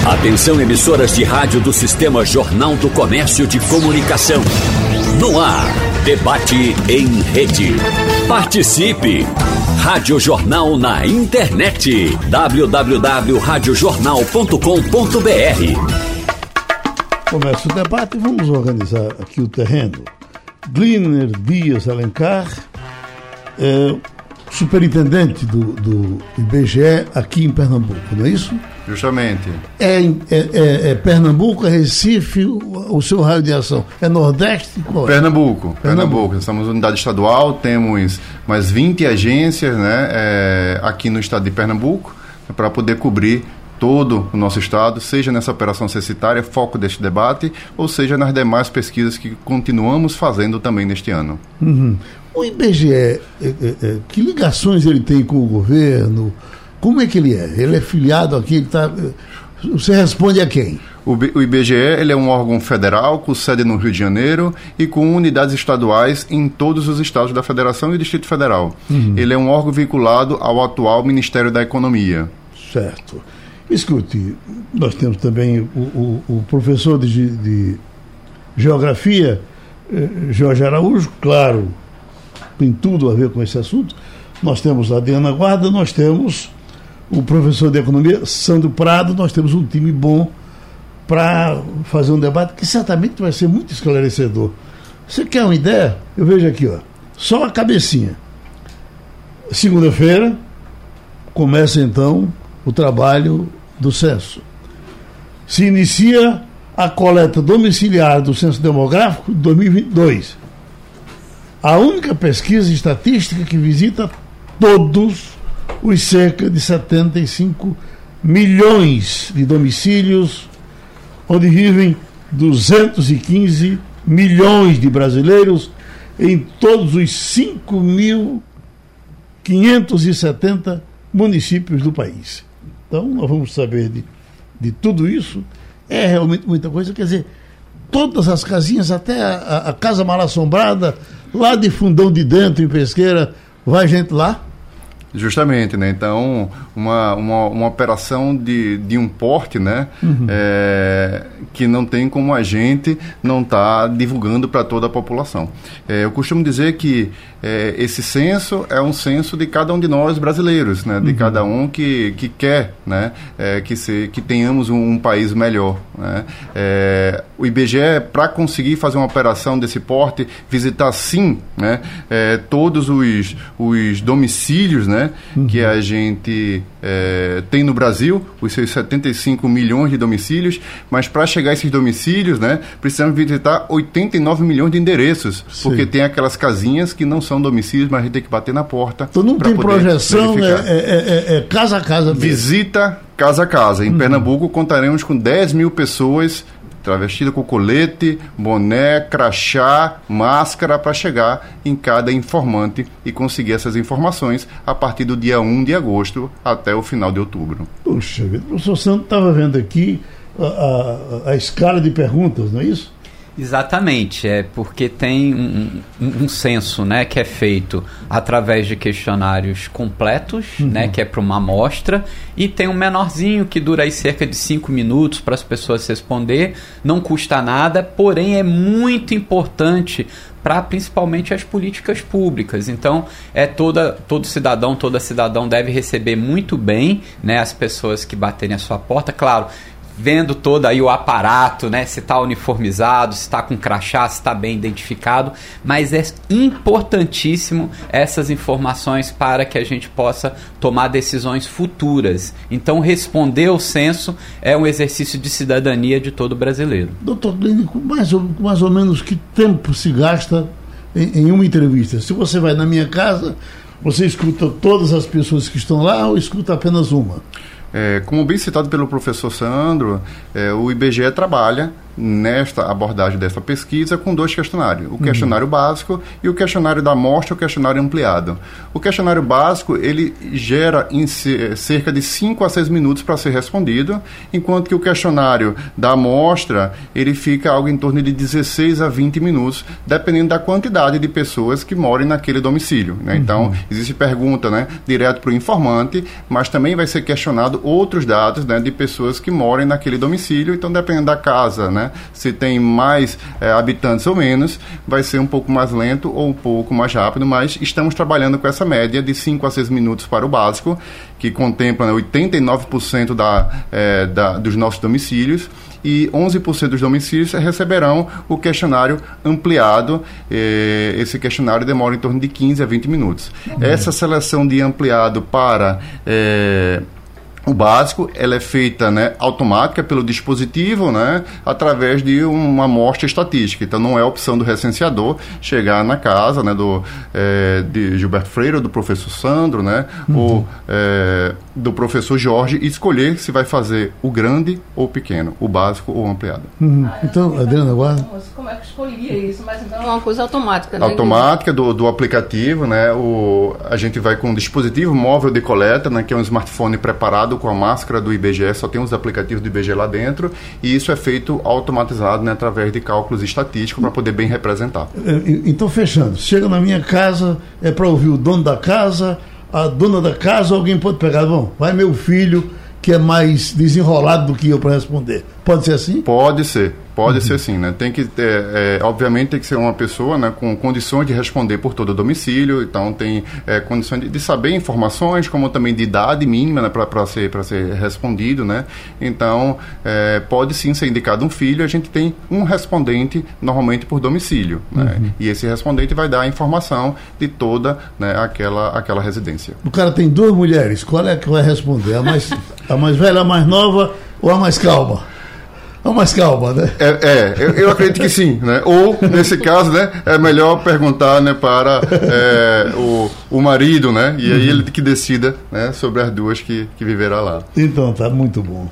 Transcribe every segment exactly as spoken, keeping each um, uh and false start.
Atenção, emissoras de rádio do Sistema Jornal do Comércio de Comunicação. No ar, debate em rede. Participe! Rádio Jornal na internet. w w w ponto rádio jornal ponto com ponto b r. Começa o debate e vamos organizar aqui o terreno. Gliner Dias Alencar, é, superintendente do, do I B G E aqui em Pernambuco, não é isso? Justamente. É, é, é, é Pernambuco, é Recife, o, o seu raio de ação é Nordeste? Qual é? Pernambuco, Pernambuco. Pernambuco. Nós somos unidade estadual, temos mais vinte agências, né, é, aqui no estado de Pernambuco, para poder cobrir todo o nosso estado, seja nessa operação censitária, foco deste debate, ou seja nas demais pesquisas que continuamos fazendo também neste ano. Uhum. O I B G E, é, é, é, que ligações ele tem com o governo? Como é que ele é? Ele é filiado aqui? Ele tá, você responde a quem? O, o I B G E ele é um órgão federal com sede no Rio de Janeiro e com unidades estaduais em todos os estados da Federação e Distrito Federal. Uhum. Ele é um órgão vinculado ao atual Ministério da Economia. Certo. Escute, nós temos também o, o, o professor de, de Geografia, eh, Jorge Araújo, claro, tem tudo a ver com esse assunto. Nós temos a Diana Guarda, nós temos o professor de Economia, Sandro Prado, nós temos um time bom para fazer um debate que certamente vai ser muito esclarecedor. Você quer uma ideia? Eu vejo aqui, ó, só a cabecinha. Segunda-feira começa então o trabalho do censo. Se inicia a coleta domiciliar do censo demográfico de dois mil e vinte e dois. A única pesquisa estatística que visita todos os cerca de setenta e cinco milhões de domicílios, onde vivem duzentos e quinze milhões de brasileiros em todos os cinco mil quinhentos e setenta municípios do país. Então, nós vamos saber de, de tudo isso. É realmente muita coisa. Quer dizer, todas as casinhas, até a, a casa mal assombrada, lá de Fundão de Dentro, em Pesqueira, vai gente lá? Justamente, né? Então, uma, uma, uma operação de, de um porte, né? Uhum. É, que não tem como a gente não estar tá divulgando para toda a população. É, eu costumo dizer que é, esse censo é um censo de cada um de nós brasileiros, né? De uhum. cada um que, que quer, né? É, que, se, que tenhamos um, um país melhor, né? É, o I B G E, para conseguir fazer uma operação desse porte, visitar sim, né? É, todos os, os domicílios, né? Uhum. que a gente é, tem no Brasil, os seus setenta e cinco milhões de domicílios, mas para chegar a esses domicílios, né, precisamos visitar oitenta e nove milhões de endereços, sim. porque tem aquelas casinhas que não são domicílios, mas a gente tem que bater na porta. Então não tem projeção, é, é, é, é casa a casa mesmo. Visita casa a casa. Em uhum. Pernambuco contaremos com dez mil pessoas travestida com colete, boné, crachá, máscara, para chegar em cada informante e conseguir essas informações a partir do dia primeiro de agosto até o final de outubro. Puxa vida, o professor Santos estava vendo aqui a, a, a escala de perguntas, não é isso? Exatamente, é porque tem um, um, um censo, né, que é feito através de questionários completos, uhum. né, que é para uma amostra, e tem um menorzinho que dura aí cerca de cinco minutos para as pessoas responder, não custa nada, porém é muito importante para principalmente as políticas públicas. Então, é toda, todo cidadão, toda cidadão deve receber muito bem, né, as pessoas que baterem a sua porta, claro, vendo todo aí o aparato, né, se está uniformizado, se está com crachá, se está bem identificado, mas é importantíssimo essas informações para que a gente possa tomar decisões futuras. Então, responder ao censo é um exercício de cidadania de todo brasileiro. Doutor Clínico, mais ou, mais ou menos que tempo se gasta em, em uma entrevista? Se você vai na minha casa, você escuta todas as pessoas que estão lá ou escuta apenas uma? É, como bem citado pelo professor Sandro, é, o I B G E trabalha nesta abordagem dessa pesquisa com dois questionários, o questionário uhum. básico e o questionário da amostra, o questionário ampliado. O questionário básico, ele gera em cerca de cinco a seis minutos para ser respondido, enquanto que o questionário da amostra, ele fica algo em torno de dezesseis a vinte minutos, dependendo da quantidade de pessoas que morem naquele domicílio, né? Uhum. Então, existe pergunta, né, direto para o informante, mas também vai ser questionado outros dados, né, de pessoas que morem naquele domicílio. Então, dependendo da casa, né, se tem mais é, habitantes ou menos, vai ser um pouco mais lento ou um pouco mais rápido, mas estamos trabalhando com essa média de cinco a seis minutos para o básico, que contempla, né, oitenta e nove por cento da, é, da, dos nossos domicílios, e onze por cento dos domicílios receberão o questionário ampliado. Eh, esse questionário demora em torno de quinze a vinte minutos. Uhum. Essa seleção de ampliado para... Eh, o básico, ela é feita, né, automática pelo dispositivo, né, através de uma amostra estatística. Então, não é opção do recenseador chegar na casa, né, do, é, de Gilberto Freire, ou do professor Sandro, né, uhum. ou é, do professor Jorge, e escolher se vai fazer o grande ou o pequeno, o básico ou o ampliado. Uhum. Então, Adriana, agora... Como é que escolhia isso? Mas então é uma coisa automática, né? Automática do, do aplicativo, né, o, a gente vai com um dispositivo móvel de coleta, né, que é um smartphone preparado com a máscara do I B G E, só tem os aplicativos do I B G E lá dentro, e isso é feito automatizado, né, através de cálculos estatísticos para poder bem representar. Então, fechando, chega na minha casa, é para ouvir o dono da casa, a dona da casa, alguém pode pegar, bom, vai meu filho, que é mais desenrolado do que eu para responder. Pode ser assim? Pode ser. Pode uhum. ser sim, né? Tem que ter, é, obviamente tem que ser uma pessoa, né, com condições de responder por todo o domicílio, então tem é, condições de, de saber informações, como também de idade mínima, né, para ser, para ser respondido, né? Então, é, pode sim ser indicado um filho, a gente tem um respondente normalmente por domicílio, né? Uhum. E esse respondente vai dar a informação de toda, né, aquela, aquela residência. O cara tem duas mulheres, qual é que vai responder? A mais, a mais velha, a mais nova ou a mais calma? É mais calma, né? É, é eu, eu acredito que sim, né? Ou, nesse caso, né, é melhor perguntar, né, para é, o, o marido, né? E aí ele que decida, né, sobre as duas que, que viverá lá. Então, tá muito bom.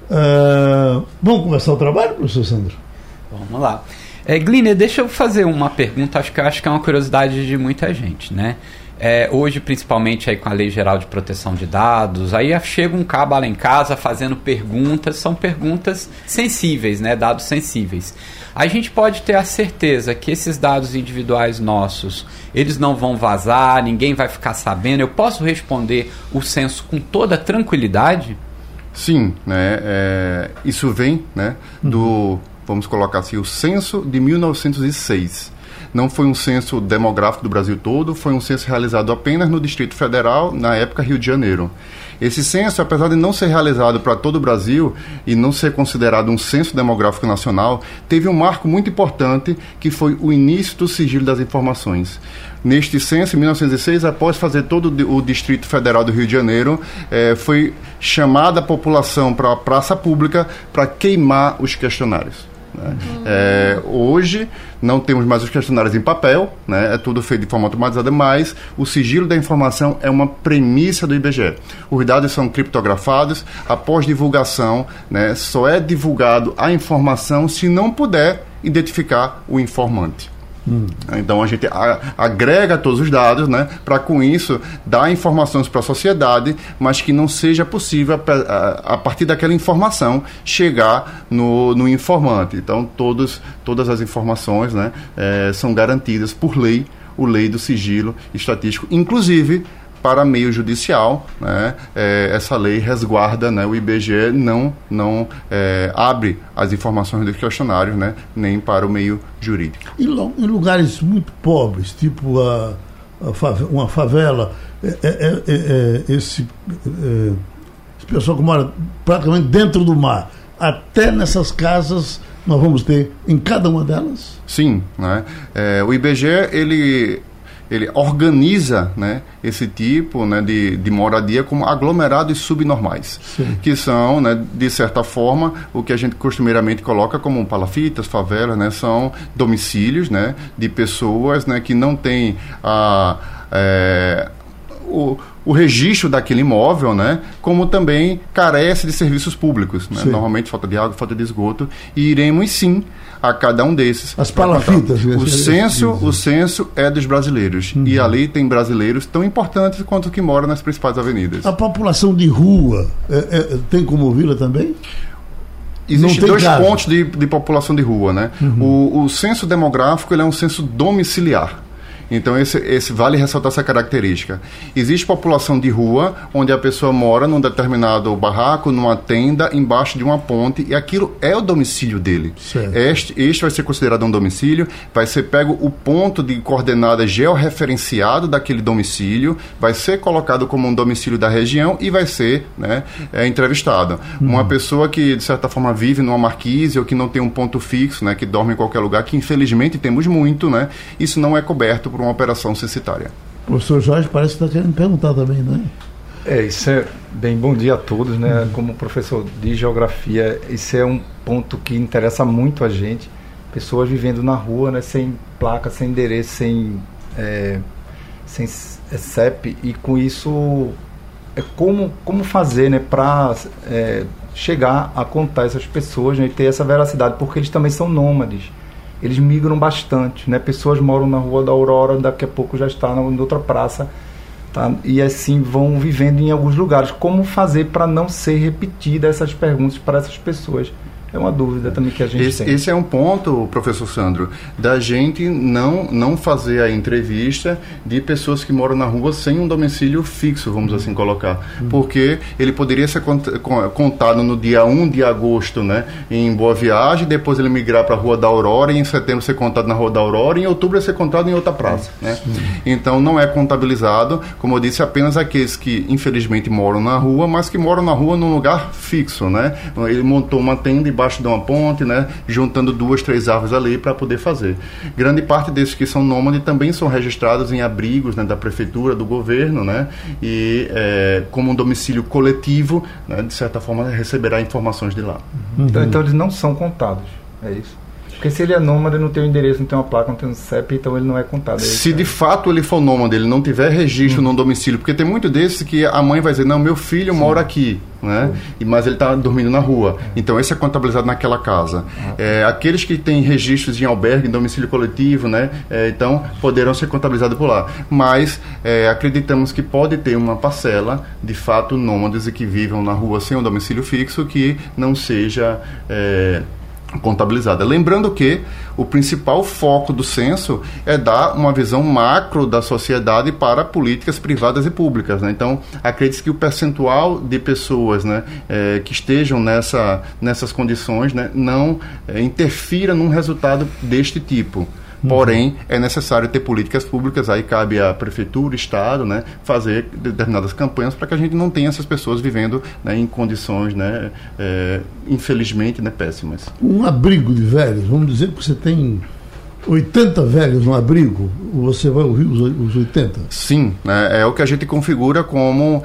Uh, vamos começar o trabalho, professor Sandro? Vamos lá. É, Gliner, deixa eu fazer uma pergunta, acho que, acho que é uma curiosidade de muita gente, né? É, hoje, principalmente aí com a Lei Geral de Proteção de Dados, aí chega um cabo lá em casa fazendo perguntas, são perguntas sensíveis, né? Dados sensíveis. A gente pode ter a certeza que esses dados individuais nossos, eles não vão vazar, ninguém vai ficar sabendo. Eu posso responder o censo com toda tranquilidade? Sim, né? É, isso vem, né, do, uhum. vamos colocar assim, o censo de mil novecentos e seis. Não foi um censo demográfico do Brasil todo, foi um censo realizado apenas no Distrito Federal, na época Rio de Janeiro. Esse censo, apesar de não ser realizado para todo o Brasil e não ser considerado um censo demográfico nacional, teve um marco muito importante, que foi o início do sigilo das informações. Neste censo, em mil novecentos e seis, após fazer todo o Distrito Federal do Rio de Janeiro, eh, foi chamada a população para a praça pública para queimar os questionários. Né? Uhum. É, hoje não temos mais os questionários em papel, né? É tudo feito de forma automatizada, mas o sigilo da informação é uma premissa do I B G E. Os dados são criptografados, após divulgação, né, só é divulgado a informação se não puder identificar o informante. Hum. Então a gente a, agrega todos os dados, né, para com isso dar informações para a sociedade, mas que não seja possível a, a, a partir daquela informação chegar no, no informante. Então todos, todas as informações, né, é, são garantidas por lei, o lei do sigilo estatístico, inclusive para meio judicial, né, é, essa lei resguarda, né, o I B G E não, não é, abre as informações dos questionários, né, nem para o meio jurídico. E em lugares muito pobres, tipo a, a fave, uma favela, é, é, é, é, esse, é, esse pessoal que mora praticamente dentro do mar, até nessas casas nós vamos ter em cada uma delas? Sim, né, é, o I B G E, ele... ele organiza, né, esse tipo, né, de, de moradia como aglomerados subnormais. Sim. Que são, né, de certa forma, o que a gente costumeiramente coloca como palafitas, favelas, né, são domicílios, né, de pessoas, né, que não têm a... É, o, o registro daquele imóvel, né, como também carece de serviços públicos, né, normalmente falta de água, falta de esgoto, e iremos sim a cada um desses. As palafitas. O censo, o censo é dos brasileiros, uhum. e ali tem brasileiros tão importantes quanto que moram nas principais avenidas. A população de rua é, é, tem como ouvi-la também? Existem dois caso. pontos de, de população de rua, né? Uhum. O, o censo demográfico, ele é um censo domiciliar. Então, esse, esse vale ressaltar essa característica. Existe população de rua, onde a pessoa mora num determinado barraco, numa tenda, embaixo de uma ponte, e aquilo é o domicílio dele. Este, este vai ser considerado um domicílio, vai ser pego o ponto de coordenada georreferenciado daquele domicílio, vai ser colocado como um domicílio da região e vai ser, né, é, entrevistado. Uhum. Uma pessoa que, de certa forma, vive numa marquise ou que não tem um ponto fixo, né, que dorme em qualquer lugar, que infelizmente temos muito, né, isso não é coberto por uma operação censitária. O professor Jorge parece que está querendo perguntar também, né? É, isso é bem, bom dia a todos, né? Uhum. Como professor de geografia, isso é um ponto que interessa muito a gente. Pessoas vivendo na rua, né? Sem placa, sem endereço, sem, é, sem C E P, e com isso é como, como fazer, né, para é, chegar a contar essas pessoas, né, e ter essa veracidade, porque eles também são nômades. Eles migram bastante, né? Pessoas moram na Rua da Aurora, daqui a pouco já está em outra praça, tá? E assim vão vivendo em alguns lugares. Como fazer para não ser repetida essas perguntas para essas pessoas? É uma dúvida também que a gente esse, tem. Esse é um ponto, professor Sandro, da gente não, não fazer a entrevista de pessoas que moram na rua sem um domicílio fixo, vamos assim colocar. Hum. Porque ele poderia ser contado no dia primeiro de agosto, né, em Boa Viagem, depois ele migrar para a Rua da Aurora, e em setembro ser contado na Rua da Aurora, e em outubro ser contado em outra praça. Né? Então não é contabilizado, como eu disse, apenas aqueles que infelizmente moram na rua, mas que moram na rua num lugar fixo. Né? Ele montou uma tenda e embaixo de uma ponte, né, juntando duas, três árvores ali para poder fazer. Grande parte desses que são nômades também são registrados em abrigos, né, da prefeitura, do governo, né, e é, como um domicílio coletivo, né, de certa forma receberá informações de lá. Uhum. Então, então eles não são contados, é isso? Porque se ele é nômade, não tem um endereço, não tem uma placa, não tem um C E P, então ele não é contado. É se de fato ele for nômade, ele não tiver registro uhum. num domicílio, porque tem muito desses que a mãe vai dizer, não, meu filho Sim. mora aqui, né? Uhum. mas ele está dormindo na rua. Uhum. Então esse é contabilizado naquela casa. Uhum. É, aqueles que têm registros em albergue, em domicílio coletivo, né? É, então poderão ser contabilizados por lá. Mas é, acreditamos que pode ter uma parcela, de fato, nômades e que vivam na rua sem um domicílio fixo, que não seja... É, contabilizada. Lembrando que o principal foco do censo é dar uma visão macro da sociedade para políticas privadas e públicas. Né? Então, acredite que o percentual de pessoas, né, é, que estejam nessa, nessas condições, né, não é, interfira num resultado deste tipo. Porém, é necessário ter políticas públicas, aí cabe à prefeitura, estado, né, fazer determinadas campanhas para que a gente não tenha essas pessoas vivendo, né, em condições, né, é, infelizmente, né, péssimas. Um abrigo de velhos, vamos dizer que você tem oitenta velhos no abrigo, você vai ouvir os, os oitenta? Sim, né, é o que a gente configura como...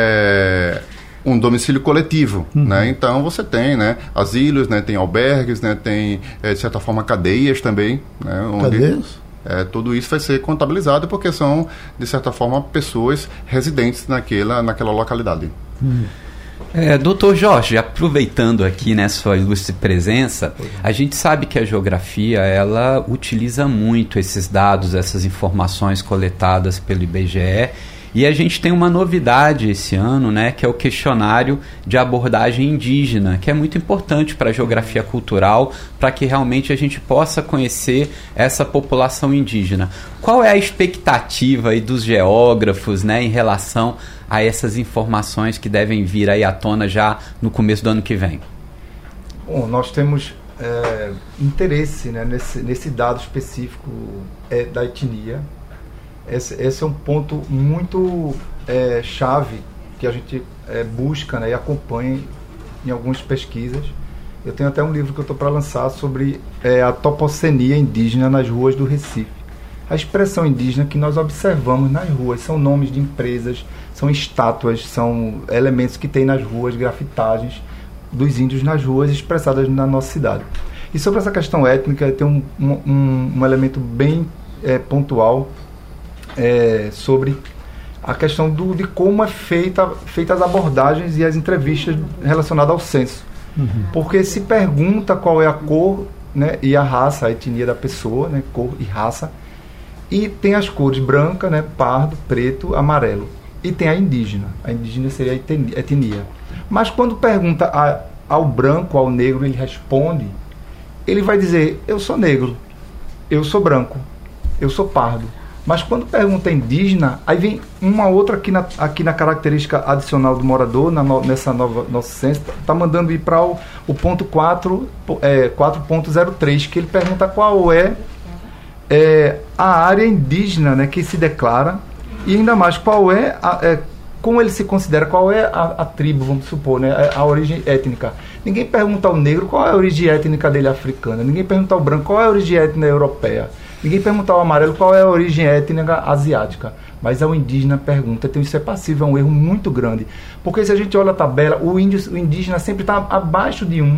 É, um domicílio coletivo, uhum. né? Então você tem, né, asilos, né, tem albergues, né, tem, é, de certa forma, cadeias também, né, onde, cadeias? É, tudo isso vai ser contabilizado porque são, de certa forma, pessoas residentes naquela, naquela localidade. Uhum. É, doutor Jorge, aproveitando aqui, né, sua ilustre presença, a gente sabe que a geografia, ela utiliza muito esses dados, essas informações coletadas pelo I B G E. E a gente tem uma novidade esse ano, né, que é o questionário de abordagem indígena, que é muito importante para a geografia cultural, para que realmente a gente possa conhecer essa população indígena. Qual é a expectativa aí dos geógrafos, né, em relação a essas informações que devem vir aí à tona já no começo do ano que vem? Bom, nós temos é, interesse, né, nesse, nesse dado específico é, da etnia. Esse, esse é um ponto muito é, chave que a gente é, busca, né, e acompanha em algumas pesquisas. Eu tenho até um livro que eu estou para lançar sobre é, a topocenia indígena nas ruas do Recife. A expressão indígena que nós observamos nas ruas são nomes de empresas, são estátuas, são elementos que tem nas ruas, grafitagens dos índios nas ruas expressadas na nossa cidade. E sobre essa questão étnica, tem um, um, um elemento bem é, pontual, É, sobre a questão do, de como é feita feitas as abordagens e as entrevistas relacionadas ao censo. Uhum. Porque se pergunta qual é a cor, né, e a raça, a etnia da pessoa, né, cor e raça, e tem as cores branca, né, pardo, preto, amarelo. E tem a indígena. A indígena seria a etnia. Mas quando pergunta a, ao branco, ao negro, ele responde, ele vai dizer, eu sou negro, eu sou branco, eu sou pardo. Mas quando pergunta indígena, aí vem uma outra aqui na, aqui na característica adicional do morador, na no, nessa nova nosso censo, está mandando ir para o, o ponto quatro ponto zero três, que ele pergunta qual é, é a área indígena, né, que se declara, e ainda mais qual é, a, é como ele se considera, qual é a, a tribo, vamos supor, né, a, a origem étnica. Ninguém pergunta ao negro qual é a origem étnica dele africana, ninguém pergunta ao branco qual é a origem étnica europeia. Ninguém pergunta ao amarelo qual é a origem étnica asiática, mas ao indígena pergunta. Então isso é passível, é um erro muito grande. Porque se a gente olha a tabela, o, índio, o indígena sempre está abaixo de um,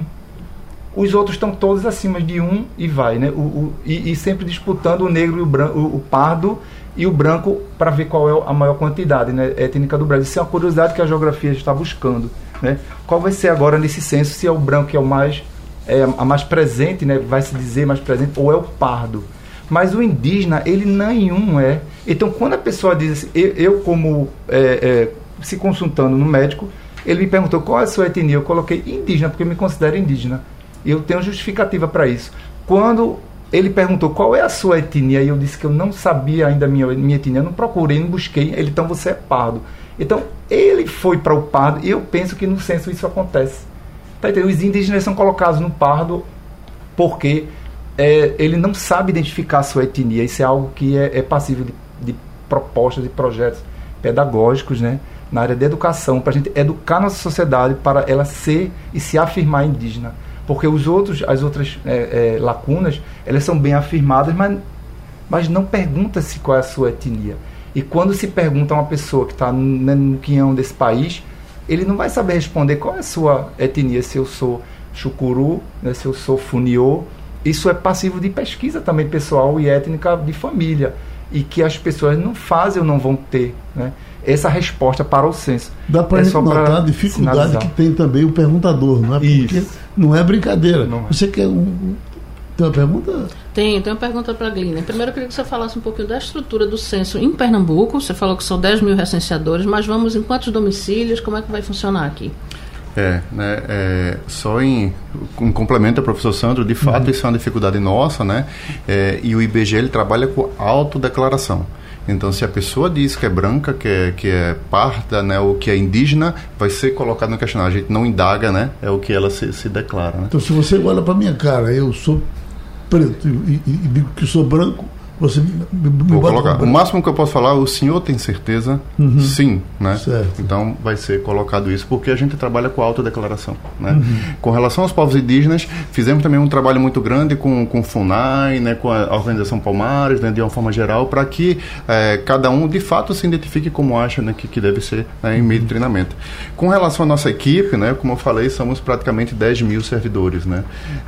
os outros estão todos acima de um e vai, né? O, o, e, e sempre disputando o negro e o, branco, o, o pardo e o branco para ver qual é a maior quantidade, né, étnica do Brasil. Isso é uma curiosidade que a geografia está buscando, né? Qual vai ser agora nesse censo, se é o branco que é o mais, é, a mais presente, né, vai se dizer mais presente, ou é o pardo. Mas o indígena, ele nenhum é. Então, quando a pessoa diz assim, eu, eu como é, é, se consultando no médico, ele me perguntou qual é a sua etnia, eu coloquei indígena, porque eu me considero indígena. E eu tenho justificativa para isso. Quando ele perguntou qual é a sua etnia, e eu disse que eu não sabia ainda a minha, minha etnia, eu não procurei, não busquei, ele, então você é pardo. Então, ele foi para o pardo, e eu penso que no censo isso acontece. Tá entendendo? Os indígenas são colocados no pardo porque... É, ele não sabe identificar a sua etnia. Isso é algo que é, é passível de, de propostas e projetos pedagógicos, né, na área de educação, para a gente educar nossa sociedade para ela ser e se afirmar indígena. Porque os outros, as outras é, é, lacunas, elas são bem afirmadas, mas, mas não pergunta-se qual é a sua etnia. E quando se pergunta a uma pessoa que está no, no quinhão desse país, ele não vai saber responder qual é a sua etnia, se eu sou chucuru, né, se eu sou funiô. Isso é passível de pesquisa também pessoal e étnica de família, e que as pessoas não fazem ou não vão ter, né, essa resposta para o censo. Dá para é gente notar a dificuldade sinalizar. Que tem também o perguntador, não é? Porque Isso. não é brincadeira. Não é. Você quer um... Tem uma pergunta? Tem, tem uma pergunta para a Glina. Primeiro eu queria que você falasse um pouquinho da estrutura do censo em Pernambuco. Você falou que são dez mil recenseadores, mas vamos em quantos domicílios? Como é que vai funcionar aqui? É, né, é, só em, em complemento ao professor Sandro, de fato uhum. isso é uma dificuldade nossa, né, é, e o I B G E ele trabalha com autodeclaração. Então, se a pessoa diz que é branca, que é, que é parda, né, ou que é indígena, vai ser colocado no questionário. A gente não indaga, né, é o que ela se, se declara. Né? Então, se você olha para minha cara, eu sou preto e, e, e digo que sou branco, você me, me Vou colocar. O máximo que eu posso falar, o senhor tem certeza? Uhum. Sim, né? Certo. Então vai ser colocado isso, porque a gente trabalha com a autodeclaração, né? Uhum. Com relação aos povos indígenas, fizemos também um trabalho muito grande com, com o FUNAI, né, com a Organização Palmares, né, de uma forma geral, para que é, cada um de fato se identifique como acha, né, que, que deve ser, né, em meio de treinamento. Com relação à nossa equipe, né, como eu falei, somos praticamente dez mil servidores, né?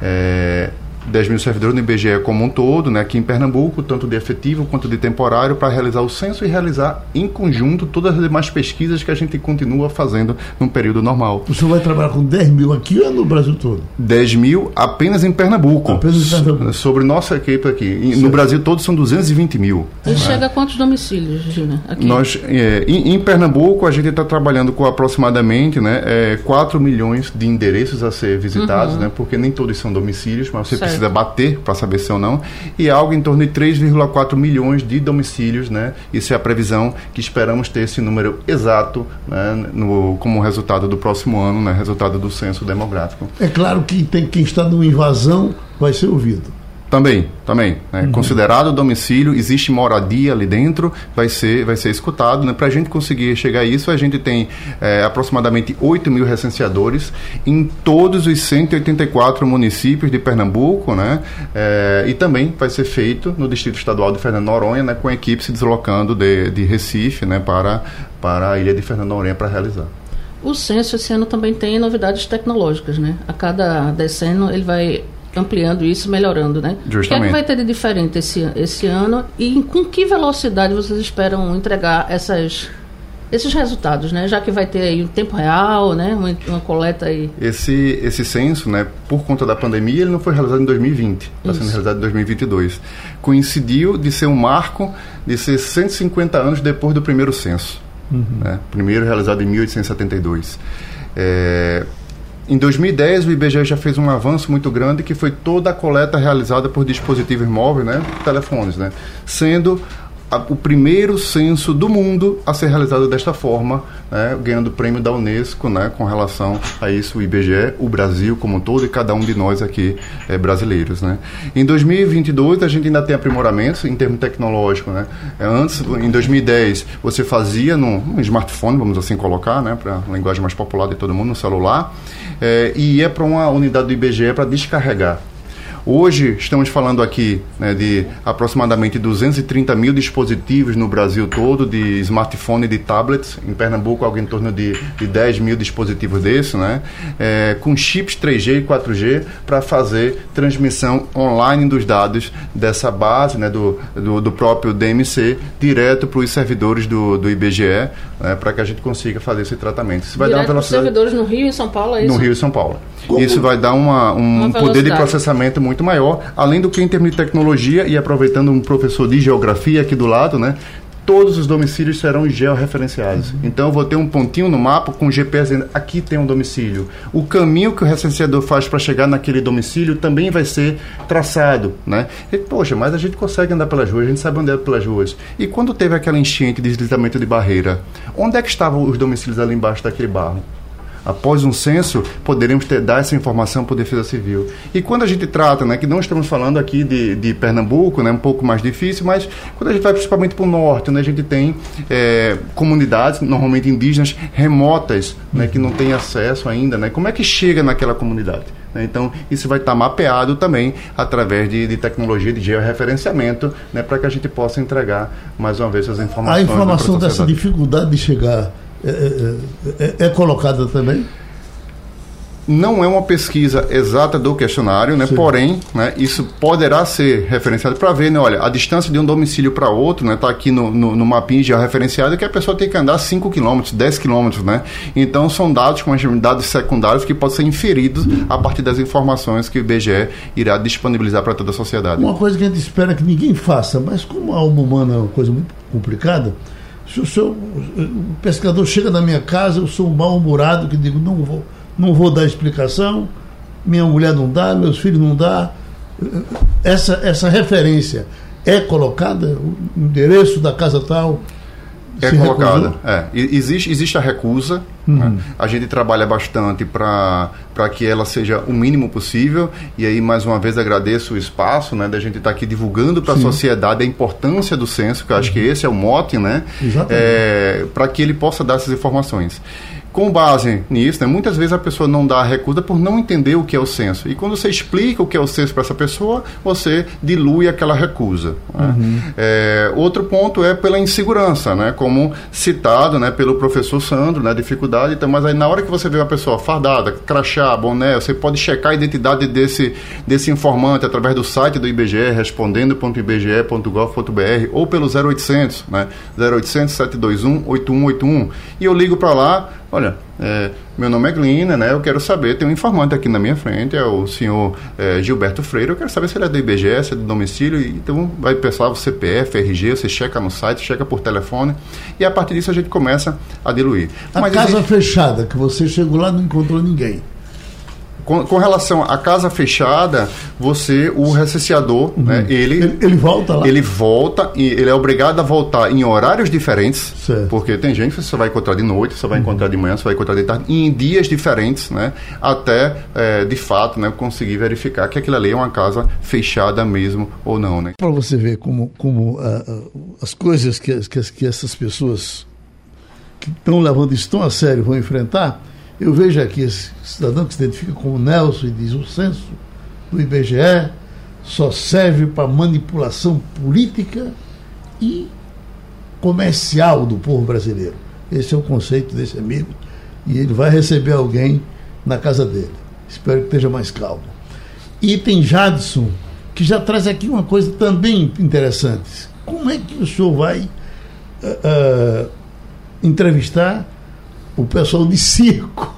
É, dez mil servidores no I B G E como um todo, né, aqui em Pernambuco, tanto de efetivo quanto de temporário, para realizar o censo e realizar em conjunto todas as demais pesquisas que a gente continua fazendo no período normal. O senhor vai trabalhar com dez mil aqui ou no Brasil todo? dez mil apenas em Pernambuco. Apenas em Pernambuco. Sobre nossa equipe aqui. No Brasil todo são duzentos e vinte mil. E né? chega a quantos domicílios, Gina? Aqui? Nós, é, em, em Pernambuco, a gente está trabalhando com aproximadamente, né, é, quatro milhões de endereços a ser visitados, uhum. né, porque nem todos são domicílios, mas você certo. precisa bater para saber se ou não, e algo em torno de três vírgula quatro milhões de domicílios, né? Isso é a previsão que esperamos ter esse número exato, né, no, como resultado do próximo ano, né, resultado do censo demográfico. É claro que tem, quem está numa invasão vai ser ouvido. Também, também. Né? Uhum. Considerado domicílio, existe moradia ali dentro, vai ser, vai ser escutado. Né? Para a gente conseguir chegar a isso, a gente tem é, aproximadamente oito mil recenseadores em todos os cento e oitenta e quatro municípios de Pernambuco, né? É, e também vai ser feito no Distrito Estadual de Fernando de Noronha, né? Com a equipe se deslocando de, de Recife, né? para, para a ilha de Fernando de Noronha para realizar. O censo esse ano também tem novidades tecnológicas, né? A cada decênio ele vai ampliando isso, melhorando, né? Justamente. O que é que vai ter de diferente esse, esse ano e com que velocidade vocês esperam entregar essas esses resultados, né? Já que vai ter aí o tempo real, né? Uma, uma coleta aí. Esse, esse censo, né, por conta da pandemia, ele não foi realizado em dois mil e vinte, está sendo realizado em dois mil e vinte e dois. Coincidiu de ser um marco de ser cento e cinquenta anos depois do primeiro censo. Uhum. Né? Primeiro realizado em mil oitocentos e setenta e dois. É... Em dois mil e dez, o I B G E já fez um avanço muito grande, que foi toda a coleta realizada por dispositivos móveis, né, telefones, né, sendo a, o primeiro censo do mundo a ser realizado desta forma, né, ganhando o prêmio da Unesco, né, com relação a isso, o I B G E, o Brasil como um todo e cada um de nós aqui é, brasileiros. Né. Em dois mil e vinte e dois, a gente ainda tem aprimoramentos em termos tecnológicos. Né. Antes, em dois mil e dez, você fazia num smartphone, vamos assim colocar, né, para a linguagem mais popular de todo mundo, no celular, É, e ia para uma unidade do I B G E para descarregar. Hoje, estamos falando aqui, né, de aproximadamente duzentos e trinta mil dispositivos no Brasil todo, de smartphone e de tablets. Em Pernambuco, algo em torno de, de dez mil dispositivos desses, né, é, com chips três G e quatro G para fazer transmissão online dos dados dessa base, né, do, do, do próprio D M C, direto para os servidores do, do I B G E, né, para que a gente consiga fazer esse tratamento. Isso vai direto dar uma velocidade... para os servidores no Rio e São Paulo, é isso? No Rio e São Paulo. Como? Isso vai dar uma, um uma poder de processamento muito maior, além do que em termos de tecnologia, e aproveitando um professor de geografia aqui do lado, né, todos os domicílios serão georreferenciados. Uhum. Então eu vou ter um pontinho no mapa com G P S dizendo, aqui tem um domicílio. O caminho que o recenseador faz para chegar naquele domicílio também vai ser traçado, né? E, poxa, mas a gente consegue andar pelas ruas, a gente sabe andar pelas ruas. E quando teve aquela enchente, deslizamento de barreira, onde é que estavam os domicílios ali embaixo daquele barro? Após um censo, poderemos ter, dar essa informação para a Defesa Civil. E quando a gente trata, né, que não estamos falando aqui de, de Pernambuco, né, um pouco mais difícil, mas quando a gente vai principalmente para o norte, né, a gente tem é, comunidades, normalmente indígenas, remotas, né, que não têm acesso ainda. Né, como é que chega naquela comunidade? Né, então, isso vai estar mapeado também através de, de tecnologia de georreferenciamento, né, para que a gente possa entregar, mais uma vez, essas informações. A informação dessa dificuldade de chegar É, é, é colocada também? Não é uma pesquisa exata do questionário, né? Porém, né, isso poderá ser referenciado para ver, né? Olha, a distância de um domicílio para outro, né? Está aqui no, no, no mapinha já referenciado, que a pessoa tem que andar cinco quilômetros, dez quilômetros, né? Então, são dados com dados secundários que podem ser inferidos a partir das informações que o I B G E irá disponibilizar para toda a sociedade. Uma coisa que a gente espera que ninguém faça, mas como a alma humana é uma coisa muito complicada, se o, seu, o pescador chega na minha casa, eu sou um mal-humorado que digo, não vou, não vou dar explicação, minha mulher não dá, meus filhos não dá. Essa, essa referência é colocada, o endereço da casa tal? É colocada. É. Existe, existe a recusa. Uhum. Né? A gente trabalha bastante para que ela seja o mínimo possível. E aí, mais uma vez, agradeço o espaço, né, da gente estar tá aqui divulgando para a sociedade a importância do censo, que eu acho uhum. que esse é o mote, né? É, para que ele possa dar essas informações. Com base nisso, né, muitas vezes a pessoa não dá a recusa por não entender o que é o censo. E quando você explica o que é o censo para essa pessoa, você dilui aquela recusa. Né? Uhum. É, outro ponto é pela insegurança, né, como citado, né, pelo professor Sandro, né, dificuldade. Então, mas aí na hora que você vê uma pessoa fardada, crachá, boné, você pode checar a identidade desse, desse informante através do site do I B G E, respondendo ponto i b g e ponto gov ponto b r, ou pelo zero oitocentos, né, zero oitocentos, sete dois um, oito um oito um. E eu ligo para lá. Olha, é, meu nome é Glina, né? Eu quero saber, tem um informante aqui na minha frente, é o senhor é, Gilberto Freire, eu quero saber se ele é do I B G E, se é do domicílio, então vai pensar o C P F, R G, você checa no site, checa por telefone, e a partir disso a gente começa a diluir. A Mas casa existe... fechada, que você chegou lá e não encontrou ninguém. Com, com relação à casa fechada, você, o recenseador, uhum. né, ele, ele... Ele volta lá? Ele volta, e ele é obrigado a voltar em horários diferentes, certo. Porque tem gente que você vai encontrar de noite, você vai uhum. encontrar de manhã, você vai encontrar de tarde, e em dias diferentes, né, até, é, de fato, né, conseguir verificar que aquilo ali é uma casa fechada mesmo ou não. Né. Para você ver como, como uh, uh, as coisas que, que, que essas pessoas que estão levando isso tão a sério vão enfrentar. Eu vejo aqui esse cidadão que se identifica como Nelson e diz: o censo do I B G E só serve para manipulação política e comercial do povo brasileiro. Esse é o conceito desse amigo, e ele vai receber alguém na casa dele. Espero que esteja mais calmo. E tem Jadson, que já traz aqui uma coisa também interessante. Como é que o senhor vai uh, uh, entrevistar o pessoal de circo.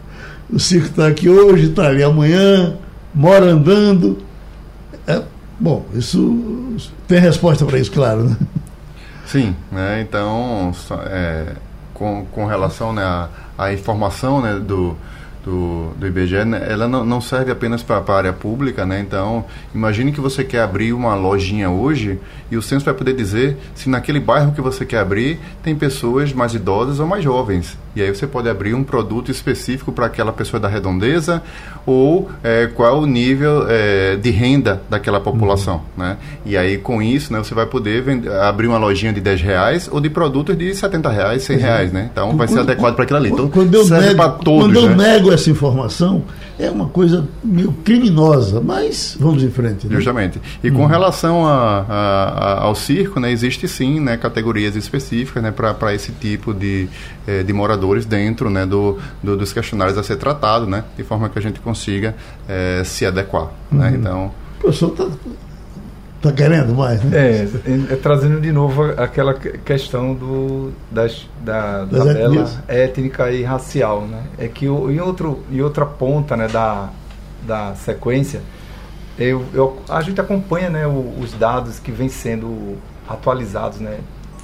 O circo está aqui hoje, está ali amanhã, mora andando. É, bom, isso tem resposta para isso, claro, né? Sim, né? Então, é, com, com relação, né, à, à informação, né, do, do, do I B G E, né, ela não, não serve apenas para a área pública, né? Então, imagine que você quer abrir uma lojinha hoje e o censo vai poder dizer se naquele bairro que você quer abrir tem pessoas mais idosas ou mais jovens. E aí você pode abrir um produto específico para aquela pessoa da redondeza ou é, qual o nível é, de renda daquela população, uhum. né? E aí com isso, né, você vai poder vender, abrir uma lojinha de dez reais ou de produtos de setenta reais, cem reais, né? Então vai ser adequado para aquilo ali. Então quando eu serve para todos, quando eu né? nego essa informação, é uma coisa meio criminosa, mas vamos em frente. Né? Justamente. E com uhum. relação a, a, a, ao circo, né, existe sim, né, categorias específicas, né, para esse tipo de, eh, de moradores dentro, né, do, do, dos questionários a ser tratado, né, de forma que a gente consiga eh, se adequar. Uhum. Né? Então, o professor está tá querendo mais, né? É, é, trazendo de novo aquela questão do, das, da das tabela etnias. étnica e racial, né? É que o, em, outro, em outra ponta, né, da, da sequência, eu, eu, a gente acompanha, né, o, os dados que vêm sendo atualizados, né,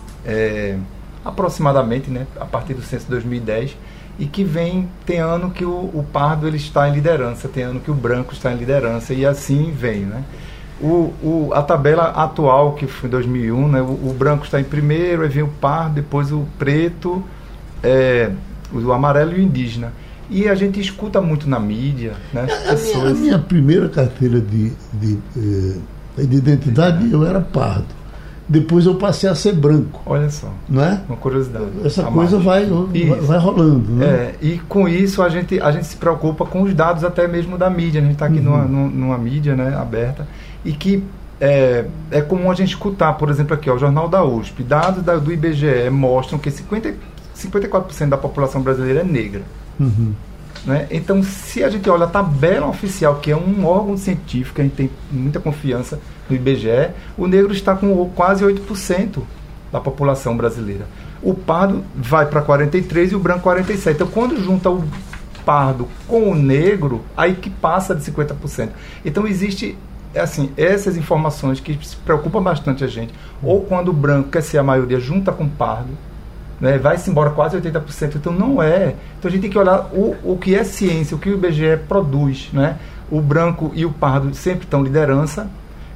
é, aproximadamente, né, a partir do censo de dois mil e dez, e que vem, tem ano que o, o pardo ele está em liderança, tem ano que o branco está em liderança, e assim vem, né? O, o, a tabela atual, que foi em dois mil e um, né, o, o branco está em primeiro, aí vem o pardo, depois o preto, é, o amarelo e o indígena. E a gente escuta muito na mídia, né? A, a, minha, a minha primeira carteira de, de, de, de identidade, eu era pardo. Depois eu passei a ser branco. Olha só, não é? Uma curiosidade. Essa coisa vai, vai, vai rolando. Né? É, e com isso a gente, a gente se preocupa com os dados até mesmo da mídia. A gente está aqui uhum. numa, numa mídia, né, aberta, e que é, é comum a gente escutar, por exemplo, aqui, ó, o Jornal da U S P, dados da, do I B G E mostram que cinquenta, cinquenta e quatro por cento da população brasileira é negra. Uhum. Né? Então, se a gente olha a tabela oficial, que é um órgão científico, a gente tem muita confiança no I B G E, o negro está com quase oito por cento da população brasileira. O pardo vai para quarenta e três por cento e o branco quarenta e sete por cento. Então, quando junta o pardo com o negro, aí que passa de cinquenta por cento. Então, existe assim, essas informações que preocupam bastante a gente. Ou quando o branco quer ser a maioria, junta com o pardo, né, vai-se embora quase oitenta por cento. Então não é. Então a gente tem que olhar o, o que é ciência, o que o I B G E produz, né? O branco e o pardo sempre estão liderança,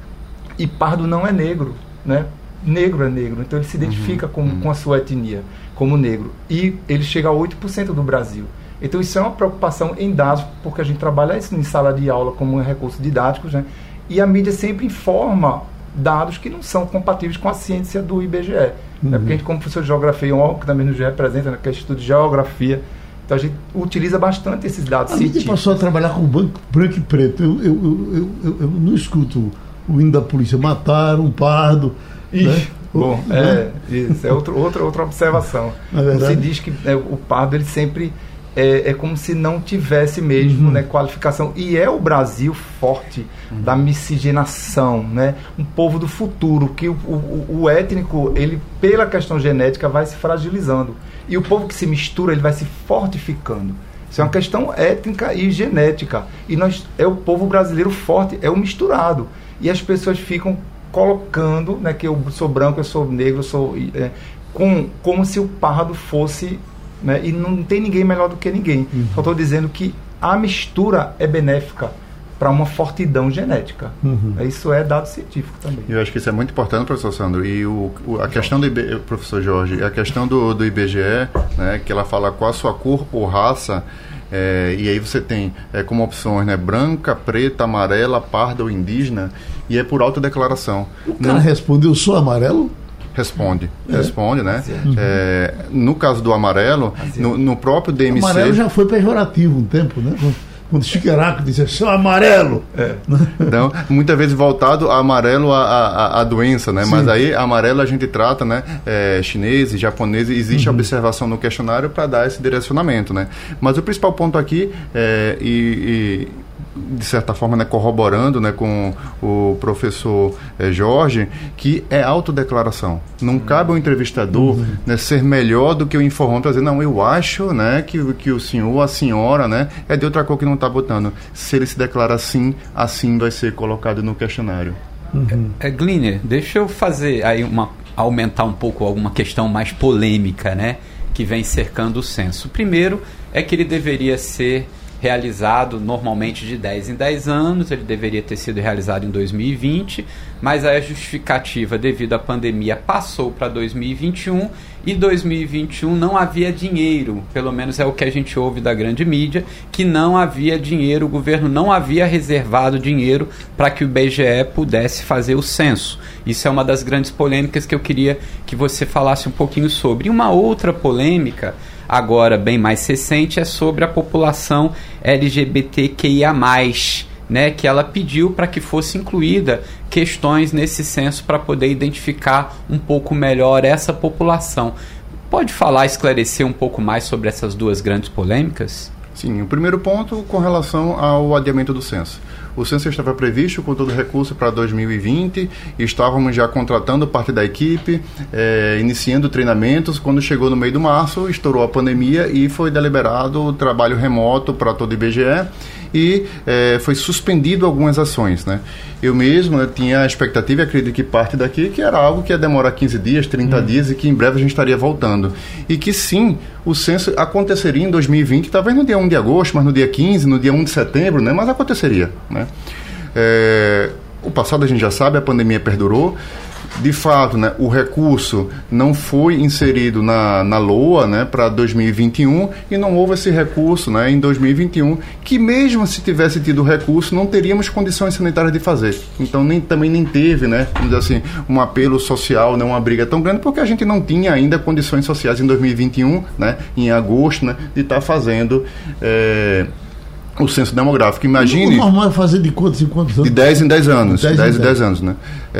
e pardo não é negro, né? Negro é negro, então ele se identifica uhum, com, uhum. com a sua etnia como negro, e ele chega a oito por cento do Brasil. Então isso é uma preocupação em dados, porque a gente trabalha isso em sala de aula como recursos didáticos, né? E a mídia sempre informa dados que não são compatíveis com a ciência do I B G E. Uhum. Né? Porque a gente, como professor de geografia, é um órgão que também nos representa, né, que é o Instituto de Geografia, então a gente utiliza bastante esses dados a científicos. A mídia passou a trabalhar com branco, branco e preto. Eu, eu, eu, eu, eu não escuto o hino da polícia, mataram um pardo. Ixi, né? Bom, o, é, isso é outro, outra, outra observação. Você diz que é, o pardo ele sempre é, é como se não tivesse mesmo uhum. né, qualificação. E é o Brasil forte uhum. da miscigenação, né? Um povo do futuro, que o, o, o étnico, ele, pela questão genética, vai se fragilizando. E o povo que se mistura, ele vai se fortificando. Isso é uma questão étnica e genética. E nós, é o povo brasileiro forte, é o misturado. E as pessoas ficam colocando, né, que eu sou branco, eu sou negro, eu sou é, com, como se o pardo fosse, né, e não tem ninguém melhor do que ninguém. Uhum. Só estou dizendo que a mistura é benéfica para uma fortidão genética. Uhum. Isso é dado científico também. Eu acho que isso é muito importante, professor Sandro. E o, o, a questão do I B, professor Jorge, a questão do, do I B G E, né, que ela fala qual a sua cor ou raça. É, e aí você tem é, como opções, né, branca, preta, amarela, parda ou indígena, e é por autodeclaração. O cara Não... responde, eu sou amarelo? Responde, é. responde, né? Uhum. É, no caso do amarelo, no, no próprio D M C... O amarelo já foi pejorativo um tempo, né? Quando Chiqueraco disse, sou amarelo. É. Então, muitas vezes voltado a amarelo a, a, a doença, né? Sim. Mas aí amarelo a gente trata, né? É, chinês, japonês, existe uhum. observação no questionário para dar esse direcionamento, né? Mas o principal ponto aqui, é, e, e de certa forma, né, corroborando, né, com o professor eh, Jorge, que é autodeclaração. Não cabe ao entrevistador uhum. né, ser melhor do que o informante para dizer, não, eu acho né, que, que o senhor ou a senhora né, é de outra cor que não está botando. Se ele se declara assim, assim vai ser colocado no questionário. Uhum. É, é, Gliner, deixa eu fazer aí uma, aumentar um pouco alguma questão mais polêmica, né, que vem cercando o censo. Primeiro é que ele deveria ser realizado normalmente de dez em dez anos, ele deveria ter sido realizado em dois mil e vinte, mas a justificativa devido à pandemia passou para dois mil e vinte e um, e dois mil e vinte e um não havia dinheiro, pelo menos é o que a gente ouve da grande mídia, que não havia dinheiro, o governo não havia reservado dinheiro para que o I B G E pudesse fazer o censo. Isso é uma das grandes polêmicas que eu queria que você falasse um pouquinho sobre. E uma outra polêmica, agora bem mais recente, é sobre a população L G B T Q I A mais, né, que ela pediu para que fosse incluída questões nesse censo para poder identificar um pouco melhor essa população. Pode falar, esclarecer um pouco mais sobre essas duas grandes polêmicas? Sim, o primeiro ponto com relação ao adiamento do censo. O censo estava previsto com todo o recurso para dois mil e vinte, e estávamos já contratando parte da equipe, eh, iniciando treinamentos. Quando chegou no meio do março, estourou a pandemia e foi deliberado o trabalho remoto para todo o I B G E e eh, foi suspendido algumas ações, né? Eu mesmo eu tinha a expectativa, e acredito que parte daqui, que era algo que ia demorar quinze dias, trinta hum. dias, e que em breve a gente estaria voltando. E que sim, o censo aconteceria em dois mil e vinte, talvez no dia um de agosto, mas no dia quinze, no dia um de setembro, né? Mas aconteceria, né? É, o passado a gente já sabe, a pandemia perdurou. De fato, né, o recurso não foi inserido na, na LOA, né, para dois mil e vinte e um, e não houve esse recurso, né, em dois mil e vinte e um, que mesmo se tivesse tido recurso, não teríamos condições sanitárias de fazer. Então nem, também nem teve, né, vamos dizer assim, um apelo social, né, uma briga tão grande, porque a gente não tinha ainda condições sociais em dois mil e vinte e um, né, em agosto, né, de estar tá fazendo é, o censo demográfico. Imagine... O normal é fazer de quantos em quantos anos? De dez em dez anos. dez em dez anos, né?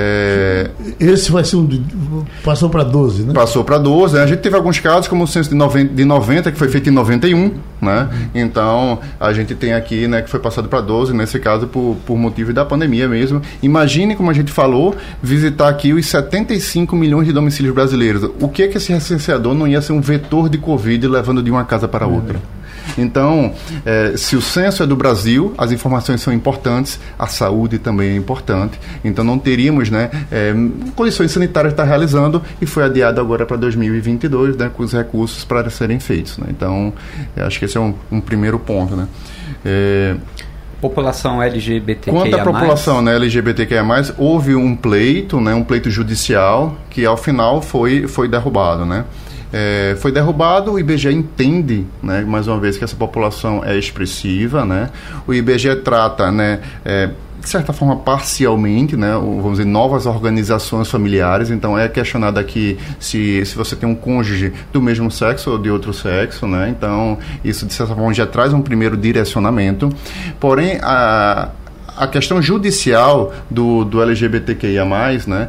É... Esse vai ser um... De... Passou para doze, né? Passou para doze. Né? A gente teve alguns casos, como o censo de noventa, de noventa, que foi feito em noventa e um, né? Uhum. Então, a gente tem aqui, né, que foi passado para doze, nesse caso, por, por motivo da pandemia mesmo. Imagine, como a gente falou, visitar aqui os setenta e cinco milhões de domicílios brasileiros. O que é que esse recenseador não ia ser um vetor de Covid levando de uma casa para outra? Uhum. Então, eh, se o censo é do Brasil, as informações são importantes, a saúde também é importante. Então, não teríamos, né, eh, condições sanitárias de estar realizando, e foi adiado agora para dois mil e vinte e dois, né, com os recursos para serem feitos. Né? Então, acho que esse é um, um primeiro ponto. Né? É... População L G B T Q I A mais. Quanto à população, né, L G B T Q I A mais, houve um pleito, né, um pleito judicial, que ao final foi, foi derrubado, né? É, foi derrubado. O I B G E entende, né, mais uma vez, que essa população é expressiva, né? O I B G E trata, né, é, de certa forma parcialmente, né, vamos dizer, novas organizações familiares. Então é questionado aqui se, se você tem um cônjuge do mesmo sexo ou de outro sexo, né? Então isso de certa forma já traz um primeiro direcionamento. Porém, a a questão judicial do, do L G B T Q I A mais, né,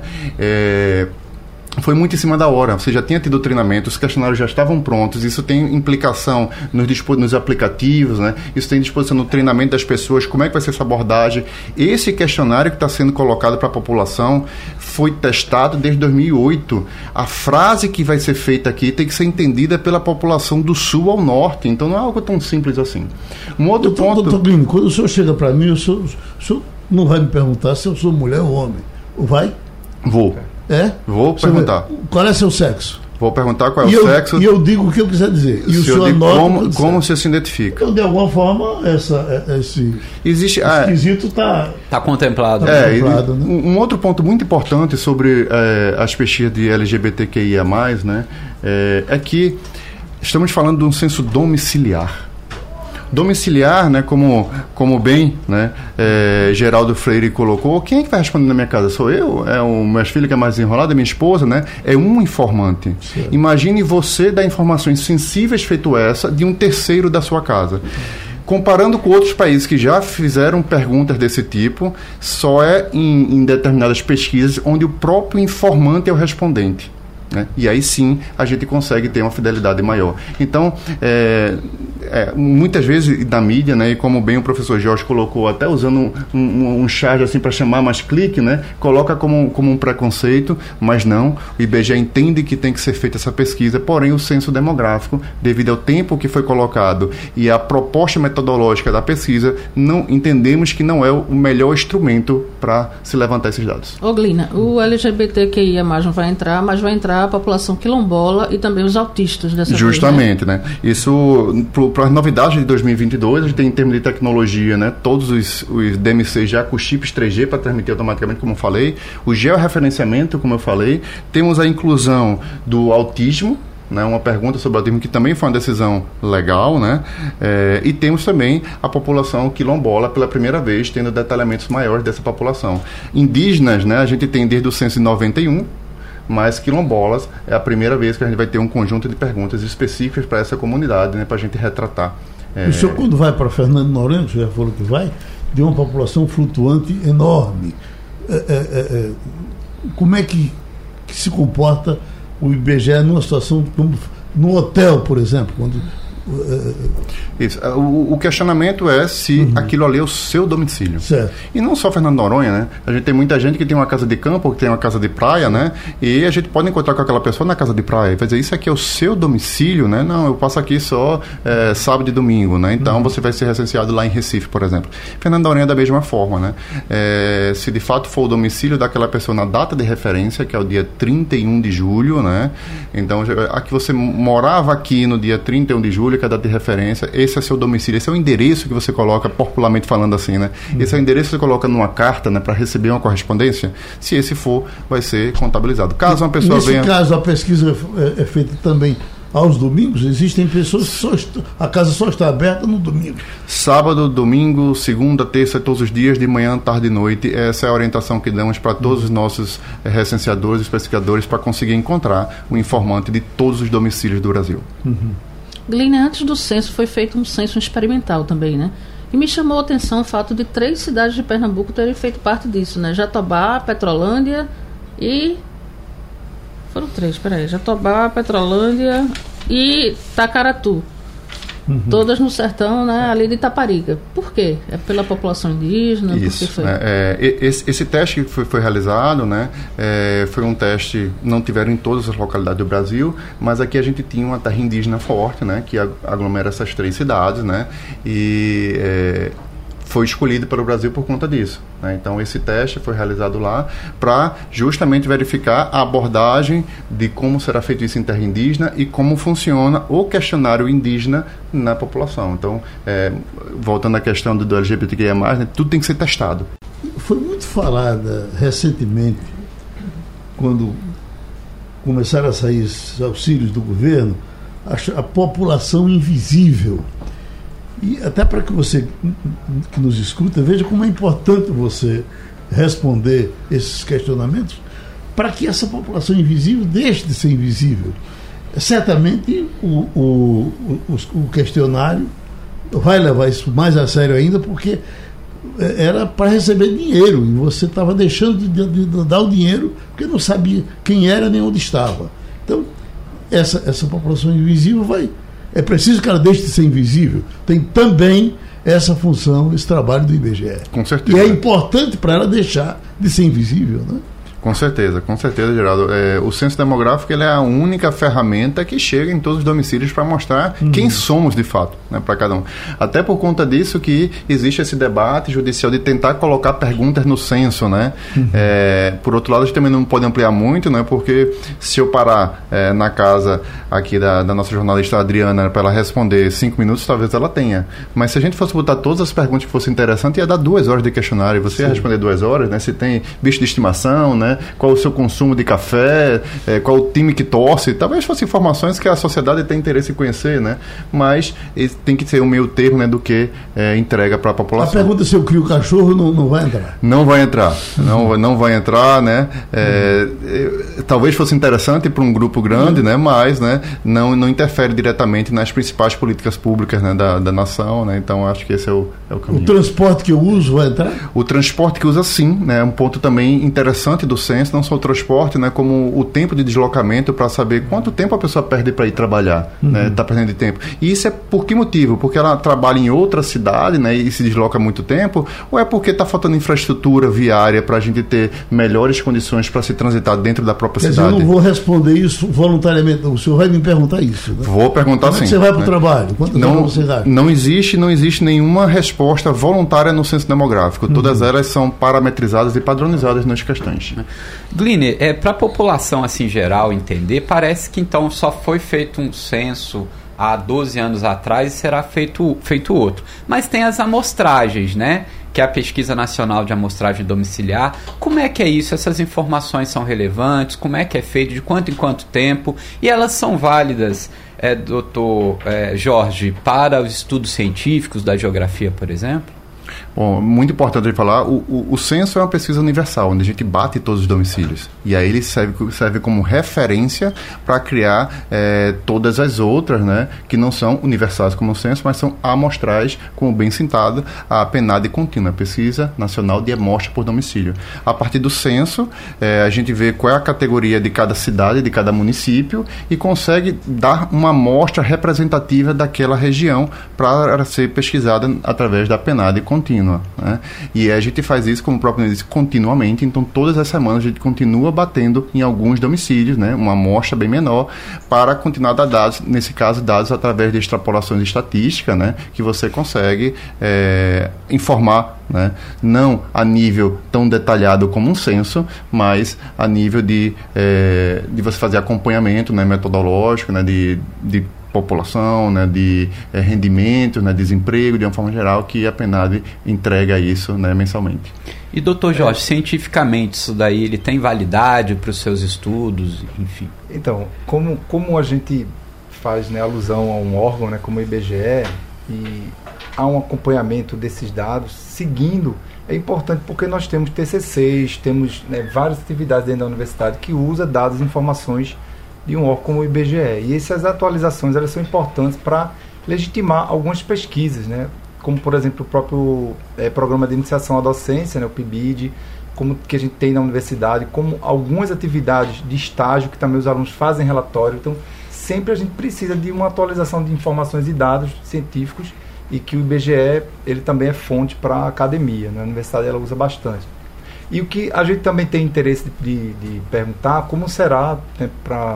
é, foi muito em cima da hora. Você já tinha tido treinamento, os questionários já estavam prontos, isso tem implicação nos, nos aplicativos, né? Isso tem disposição no treinamento das pessoas, como é que vai ser essa abordagem. Esse questionário que está sendo colocado para a população foi testado desde dois mil e oito. A frase que vai ser feita aqui tem que ser entendida pela população do sul ao norte, então não é algo tão simples assim. Um outro doutor, ponto... Doutor Gliner, quando o senhor chega para mim, o senhor, o senhor não vai me perguntar se eu sou mulher ou homem. Vai? Vou. É? Vou Você perguntar. Vai, qual é seu sexo? Vou perguntar qual é e o eu, sexo. E eu digo o que eu quiser dizer. E o senhor anota como, como você se identifica. Então, de alguma forma, essa, esse, Existe, esse ah, quesito está tá contemplado. Tá é, contemplado, né? Um outro ponto muito importante sobre é, as pesquisas de L G B T Q I A mais, né, é, é que estamos falando de um censo domiciliar. Domiciliar, né, como, como bem, né, é, Geraldo Freire colocou, quem é que vai responder na minha casa? Sou eu? É o meu filho que é mais enrolado? É minha esposa? Né? É um informante. Sim. Imagine você dar informações sensíveis feito essa de um terceiro da sua casa. Comparando com outros países que já fizeram perguntas desse tipo, só é em, em determinadas pesquisas onde o próprio informante é o respondente. né? E aí sim a gente consegue ter uma fidelidade maior. Então, é, é, muitas vezes na mídia, né, e como bem o professor Jorge colocou, até usando um, um, um charge assim para chamar mais clique, né, coloca como, como um preconceito, mas não, o I B G E entende que tem que ser feita essa pesquisa, porém o censo demográfico, devido ao tempo que foi colocado e a proposta metodológica da pesquisa, não entendemos que não é o melhor instrumento para se levantar esses dados. Ô Glina, o L G B T Q I A mais, não vai entrar, mas vai entrar a população quilombola e também os autistas dessa Justamente, vez, né? né? Isso, para as novidades de dois mil e vinte e dois, a gente tem em termos de tecnologia, né? Todos os, os D M Cs já com chips três G para transmitir automaticamente, como eu falei, o georreferenciamento, como eu falei, temos a inclusão do autismo, né, uma pergunta sobre o autismo que também foi uma decisão legal, né? É, e temos também a população quilombola pela primeira vez tendo detalhamentos maiores dessa população. Indígenas, né, a gente tem desde o censo de noventa e um, mas quilombolas é a primeira vez que a gente vai ter um conjunto de perguntas específicas para essa comunidade, né, para a gente retratar. É... O senhor, quando vai para Fernando Noronha, já falou que vai, de uma população flutuante enorme. É, é, é, como é que, que se comporta o I B G E numa situação como no hotel, por exemplo, quando... Isso. O, o questionamento é se uhum. aquilo ali é o seu domicílio. Certo. E não só Fernando Noronha, né? A gente tem muita gente que tem uma casa de campo ou que tem uma casa de praia, né? E a gente pode encontrar com aquela pessoa na casa de praia e vai dizer, isso aqui é o seu domicílio, né? Não, eu passo aqui só é, sábado e domingo, né? Então uhum. você vai ser recenseado lá em Recife, por exemplo. Fernando Noronha é da mesma forma, né? É, se de fato for o domicílio daquela pessoa na data de referência, que é o dia trinta e um de julho, né? Então, aqui você morava aqui no dia trinta e um de julho, que é a data de referência, esse é seu domicílio, esse é o endereço que você coloca, popularmente falando assim, né? Uhum. Esse é o endereço que você coloca numa carta, né, para receber uma correspondência. Se esse for, vai ser contabilizado. Caso uma pessoa Nesse venha... Nesse caso, a pesquisa é, é feita também aos domingos? Existem pessoas que só est... a casa só está aberta no domingo. Sábado, domingo, segunda, terça, todos os dias, de manhã, tarde e noite. Essa é a orientação que damos para todos uhum. os nossos é, recenseadores e pesquisadores para conseguir encontrar o informante de todos os domicílios do Brasil. Uhum. Glina, antes do censo foi feito um censo experimental também, né? E me chamou a atenção o fato de três cidades de Pernambuco terem feito parte disso, né? Jatobá, Petrolândia e... Foram três, peraí. Jatobá, Petrolândia e Tacaratu. Uhum. Todas no sertão, né, ali de Itaparica. Por quê? É pela população indígena? Isso. Foi? É, é, esse, esse teste que foi, foi realizado, né, é, foi um teste, não tiveram em todas as localidades do Brasil, mas aqui a gente tinha uma terra indígena forte, né, que aglomera essas três cidades, né, e é, foi escolhido para o Brasil por conta disso, né? Então esse teste foi realizado lá para justamente verificar a abordagem de como será feito isso em terra indígena e como funciona o questionário indígena na população. Então, é, voltando à questão do, do L G B T Q I A mais, né, tudo tem que ser testado. Foi muito falada recentemente, quando começaram a sair esses auxílios do governo, a, a população invisível. E até para que você que nos escuta veja como é importante você responder esses questionamentos para que essa população invisível deixe de ser invisível. Certamente o, o, o, o questionário vai levar isso mais a sério ainda, porque era para receber dinheiro e você estava deixando de, de, de dar o dinheiro porque não sabia quem era nem onde estava. Então essa, essa população invisível vai... É preciso que ela deixe de ser invisível. Tem também essa função, esse trabalho do I B G E. Com certeza. E é importante para ela deixar de ser invisível, né? Com certeza, com certeza, Geraldo. É, o censo demográfico ele é a única ferramenta que chega em todos os domicílios para mostrar uhum. quem somos de fato, né, para cada um. Até por conta disso que existe esse debate judicial de tentar colocar perguntas no censo, né? Uhum. É, por outro lado, a gente também não pode ampliar muito, né? Porque se eu parar é, na casa aqui da, da nossa jornalista Adriana para ela responder cinco minutos, talvez ela tenha. Mas se a gente fosse botar todas as perguntas que fossem interessantes, ia dar duas horas de questionário. Você Sim. ia responder duas horas, né? Se tem bicho de estimação, né? Qual o seu consumo de café, é, qual o time que torce, talvez fossem informações que a sociedade tem interesse em conhecer, né? Mas tem que ser um meio termo, né, do que é, entrega para a população. A pergunta se eu crio cachorro não, não vai entrar. Não vai entrar, não, não vai entrar, né? É, uhum. Talvez fosse interessante para um grupo grande, uhum. né? Mas, né, não, não interfere diretamente nas principais políticas públicas, né, da, da nação, né? Então acho que esse é o, é o caminho. O transporte que eu uso vai entrar? O transporte que usa sim, né? É um ponto também interessante do censo, não só o transporte, né, como o tempo de deslocamento, para saber quanto tempo a pessoa perde para ir trabalhar, uhum. né, tá perdendo de tempo. E isso é por que motivo? Porque ela trabalha em outra cidade, né, e se desloca muito tempo, ou é porque está faltando infraestrutura viária para a gente ter melhores condições para se transitar dentro da própria Quer cidade? Dizer, eu não vou responder isso voluntariamente, o senhor vai me perguntar isso, né? Vou perguntar Como sim. É que você vai para o né? trabalho? Quantas não, você dá? Não existe, não existe nenhuma resposta voluntária no censo demográfico. Uhum. Todas elas são parametrizadas e padronizadas nas questões. Gline, é, para a população assim geral entender, parece que então só foi feito um censo há doze anos atrás e será feito, feito outro. Mas tem as amostragens, né? Que é a Pesquisa Nacional de Amostragem Domiciliar. Como é que é isso? Essas informações são relevantes? Como é que é feito? De quanto em quanto tempo? E elas são válidas, é, doutor é, Jorge, para os estudos científicos da geografia, por exemplo? Bom, muito importante de falar, o, o, o censo é uma pesquisa universal, onde a gente bate todos os domicílios. E aí ele serve, serve como referência para criar é, todas as outras, né, que não são universais como o censo, mas são amostrais, como bem citado, a PNAD contínua, Pesquisa Nacional de Amostra por Domicílio. A partir do censo, é, a gente vê qual é a categoria de cada cidade, de cada município, e consegue dar uma amostra representativa daquela região para ser pesquisada através da PNAD contínua. Né? E a gente faz isso, como o próprio nome disse, continuamente. Então todas as semanas a gente continua batendo em alguns domicílios, né? Uma amostra bem menor, para continuar a dar dados, nesse caso dados através de extrapolações estatísticas, né? Que você consegue é, informar, né? Não a nível tão detalhado como um censo, mas a nível de, é, de você fazer acompanhamento, né? Metodológico, né? de, de população, né, de é, rendimento, né, desemprego, de uma forma geral, que a PNAD entrega isso, né, mensalmente. E doutor Jorge, é. cientificamente isso daí ele tem validade para os seus estudos, enfim? Então, como, como a gente faz, né, alusão a um órgão, né, como o I B G E, e há um acompanhamento desses dados, seguindo, é importante porque nós temos T C Cs, temos, né, várias atividades dentro da universidade que usa dados e informações de um órgão como o I B G E. E essas atualizações elas são importantes para legitimar algumas pesquisas, né? Como, por exemplo, o próprio é, Programa de Iniciação à Docência, né? O P I B I D, como que a gente tem na universidade, como algumas atividades de estágio que também os alunos fazem relatório. Então, sempre a gente precisa de uma atualização de informações e dados científicos, e que o I B G E ele também é fonte para a academia, né? A universidade ela usa bastante. E o que a gente também tem interesse de, de perguntar, como será, né, para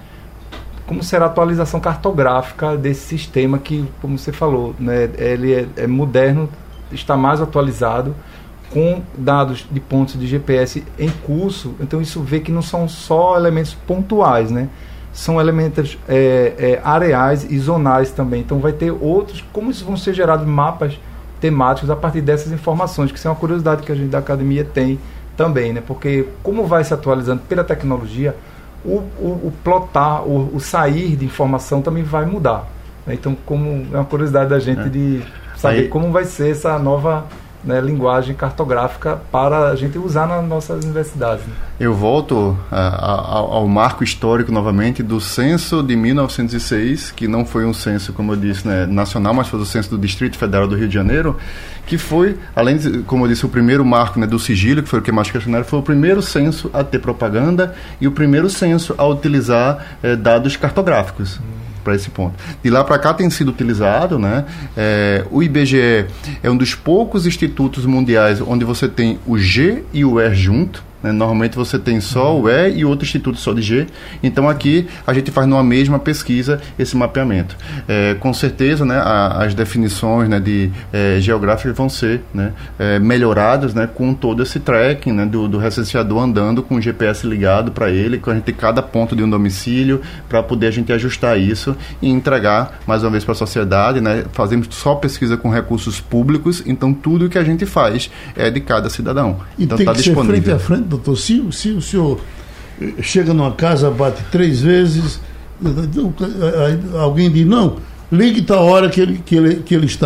como será a atualização cartográfica desse sistema que, como você falou, né, ele é, é moderno, está mais atualizado, com dados de pontos de G P S em curso. Então isso vê que não são só elementos pontuais, né? São elementos é, é, areais e zonais também. Então vai ter outros, como isso vão ser gerados mapas temáticos a partir dessas informações, que isso é uma curiosidade que a gente da academia tem também, né? Porque como vai se atualizando pela tecnologia, o, o, o plotar, o, o sair de informação também vai mudar, né? Então, como é uma curiosidade da gente é. de saber Aí, como vai ser essa nova, né, linguagem cartográfica para a gente usar nas nossas universidades, né? Eu volto a, a, ao marco histórico novamente do censo de mil novecentos e seis, que não foi um censo, como eu disse, né, nacional, mas foi o censo do Distrito Federal do Rio de Janeiro, que foi, além de, como eu disse, o primeiro marco, né, do sigilo, que foi o que mais questionaram, foi o primeiro censo a ter propaganda e o primeiro censo a utilizar eh, dados cartográficos. Hum. Para esse ponto. De lá para cá tem sido utilizado, né? É, o I B G E é um dos poucos institutos mundiais onde você tem o G e o E junto, né? Normalmente você tem só o E e outro instituto só de G. Então aqui a gente faz numa mesma pesquisa esse mapeamento. É, com certeza, né, a, as definições, né, de é, geográficas vão ser, né, é, melhoradas, né, com todo esse tracking, né, do, do recenseador andando com o G P S ligado para ele, com a gente tem cada ponto de um domicílio para poder a gente ajustar isso e entregar mais uma vez para a sociedade, né? Fazemos só pesquisa com recursos públicos, então tudo que a gente faz é de cada cidadão. E então tem tá que disponível. ser frente a frente, doutor. Se, se o senhor chega numa casa, bate três vezes, alguém diz, não, ligue tal hora que ele, que ele, que ele está.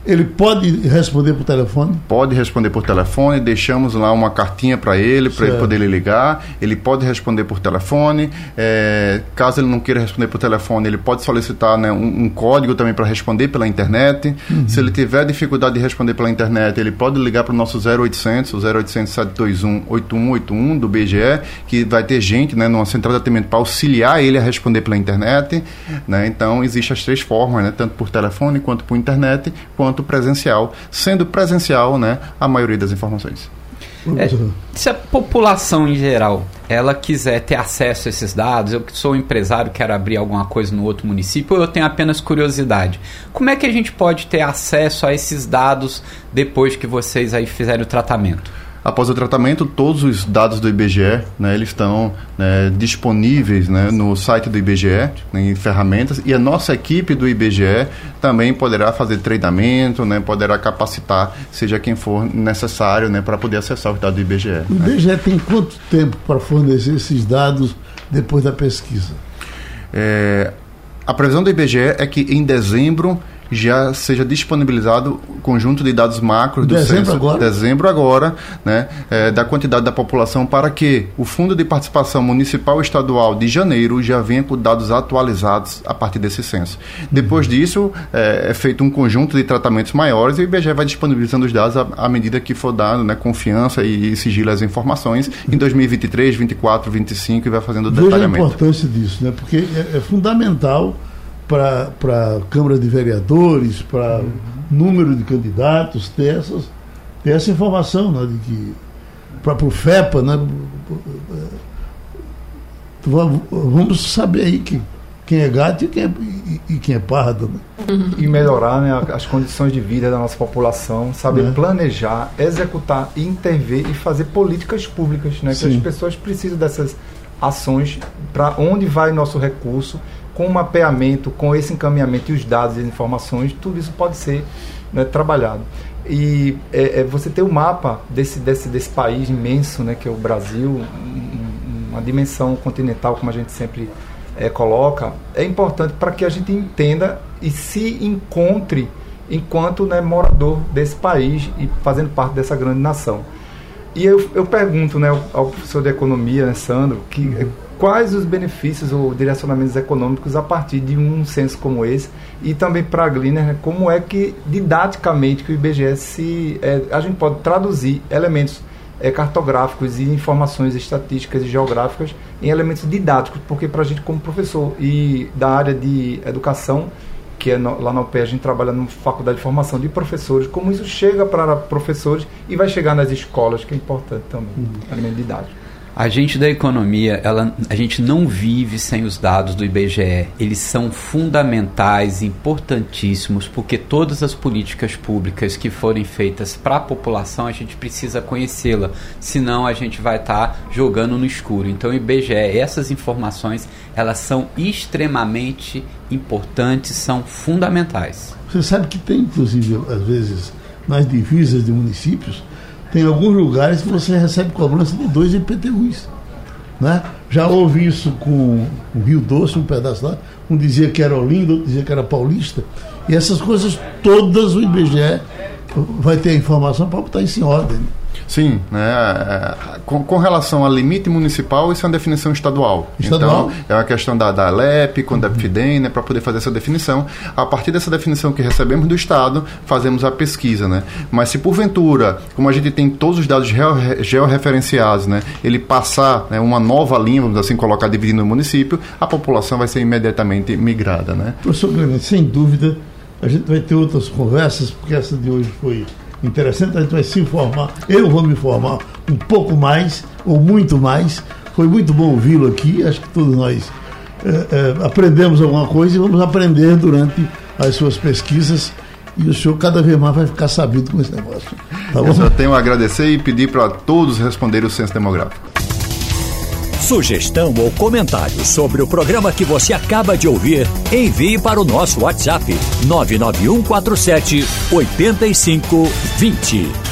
Ele pode responder por telefone? Pode responder por telefone, deixamos lá uma cartinha para ele, para ele poder lhe ligar. Ele pode responder por telefone. É, caso ele não queira responder por telefone, ele pode solicitar, né, um, um código também para responder pela internet. Uhum. Se ele tiver dificuldade de responder pela internet, ele pode ligar para o nosso zero oitocentos, o zero oitocentos, sete dois um, oito um oito um do I B G E, que vai ter gente, né, numa central de atendimento para auxiliar ele a responder pela internet. Né? Então, existem as três formas, né, tanto por telefone, quanto por internet, quanto presencial, sendo presencial, né, a maioria das informações. É, se a população em geral ela quiser ter acesso a esses dados, eu que sou empresário, quero abrir alguma coisa no outro município, ou eu tenho apenas curiosidade, como é que a gente pode ter acesso a esses dados depois que vocês aí fizerem o tratamento? Após o tratamento, todos os dados do I B G E, né, eles estão, né, disponíveis, né, no site do I B G E, né, em ferramentas, e a nossa equipe do I B G E também poderá fazer treinamento, né, poderá capacitar, seja quem for necessário, né, para poder acessar os dados do I B G E. O I B G E, né, tem quanto tempo para fornecer esses dados depois da pesquisa? É, a previsão do I B G E é que em dezembro já seja disponibilizado o conjunto de dados macros do dezembro censo, agora? dezembro agora, né, é, da quantidade da população, para que o Fundo de Participação Municipal e Estadual de janeiro já venha com dados atualizados a partir desse censo. Uhum. Depois disso, é, é feito um conjunto de tratamentos maiores e o I B G E vai disponibilizando os dados à, à medida que for dando, né, confiança e, e sigilo às informações em dois mil e vinte e três, vinte e quatro, vinte e cinco e vai fazendo o detalhamento. Veja a importância disso, né, porque é, é fundamental para a Câmara de Vereadores, para uhum. número de candidatos, ter, essas, ter essa informação, né, de que para o FEPA, né, vamos saber aí que, quem é gato e quem é, e, e quem é pardo. Né? E melhorar, né, as condições de vida da nossa população, saber é. planejar, executar, intervir e fazer políticas públicas, né, que as pessoas precisam dessas ações, para onde vai nosso recurso, com o mapeamento, com esse encaminhamento e os dados e as informações, tudo isso pode ser, né, trabalhado. E é, é, você ter o um mapa desse, desse, desse país imenso, né, que é o Brasil, um, uma dimensão continental, como a gente sempre é, coloca, é importante para que a gente entenda e se encontre enquanto, né, morador desse país e fazendo parte dessa grande nação. E eu, eu pergunto, né, ao professor de economia, né, Sandro, que quais os benefícios ou direcionamentos econômicos a partir de um censo como esse, e também para a Gleaner, né, como é que didaticamente que o I B G E se, é, a gente pode traduzir elementos é, cartográficos e informações estatísticas e geográficas em elementos didáticos, porque para a gente como professor e da área de educação, que é no, lá na U P E a gente trabalha numa faculdade de formação de professores, como isso chega para professores e vai chegar nas escolas, que é importante também, uhum. elemento didático. A gente da economia, ela, a gente não vive sem os dados do I B G E. Eles são fundamentais, importantíssimos, porque todas as políticas públicas que forem feitas para a população, a gente precisa conhecê-la, senão a gente vai estar tá jogando no escuro. Então, o I B G E, essas informações, elas são extremamente importantes, são fundamentais. Você sabe que tem, inclusive, às vezes, nas divisas de municípios, tem alguns lugares que você recebe cobrança de dois I P T Us. Né? Já houve isso com o Rio Doce, um pedaço lá. Um dizia que era Olinda, outro dizia que era Paulista. E essas coisas todas o I B G E vai ter a informação para botar isso em ordem. Sim, né? com, com relação ao limite municipal, isso é uma definição estadual. Estadual? Então, é uma questão da, da Alep, com a Fidem, né, para poder fazer essa definição. A partir dessa definição que recebemos do Estado, fazemos a pesquisa. Né? Mas se porventura, como a gente tem todos os dados georreferenciados, né, ele passar, né, uma nova linha, vamos assim colocar, dividindo o município, a população vai ser imediatamente migrada. Né? Professor Clemente, sem dúvida, a gente vai ter outras conversas, porque essa de hoje foi interessante, a gente vai se informar, eu vou me informar um pouco mais, ou muito mais. Foi muito bom ouvi-lo aqui, acho que todos nós é, é, aprendemos alguma coisa e vamos aprender durante as suas pesquisas, e o senhor cada vez mais vai ficar sabido com esse negócio. Tá bom? Eu só tenho a agradecer e pedir para todos responderem o censo demográfico. Sugestão ou comentário sobre o programa que você acaba de ouvir, envie para o nosso WhatsApp nove nove um quatro sete oito cinco dois zero.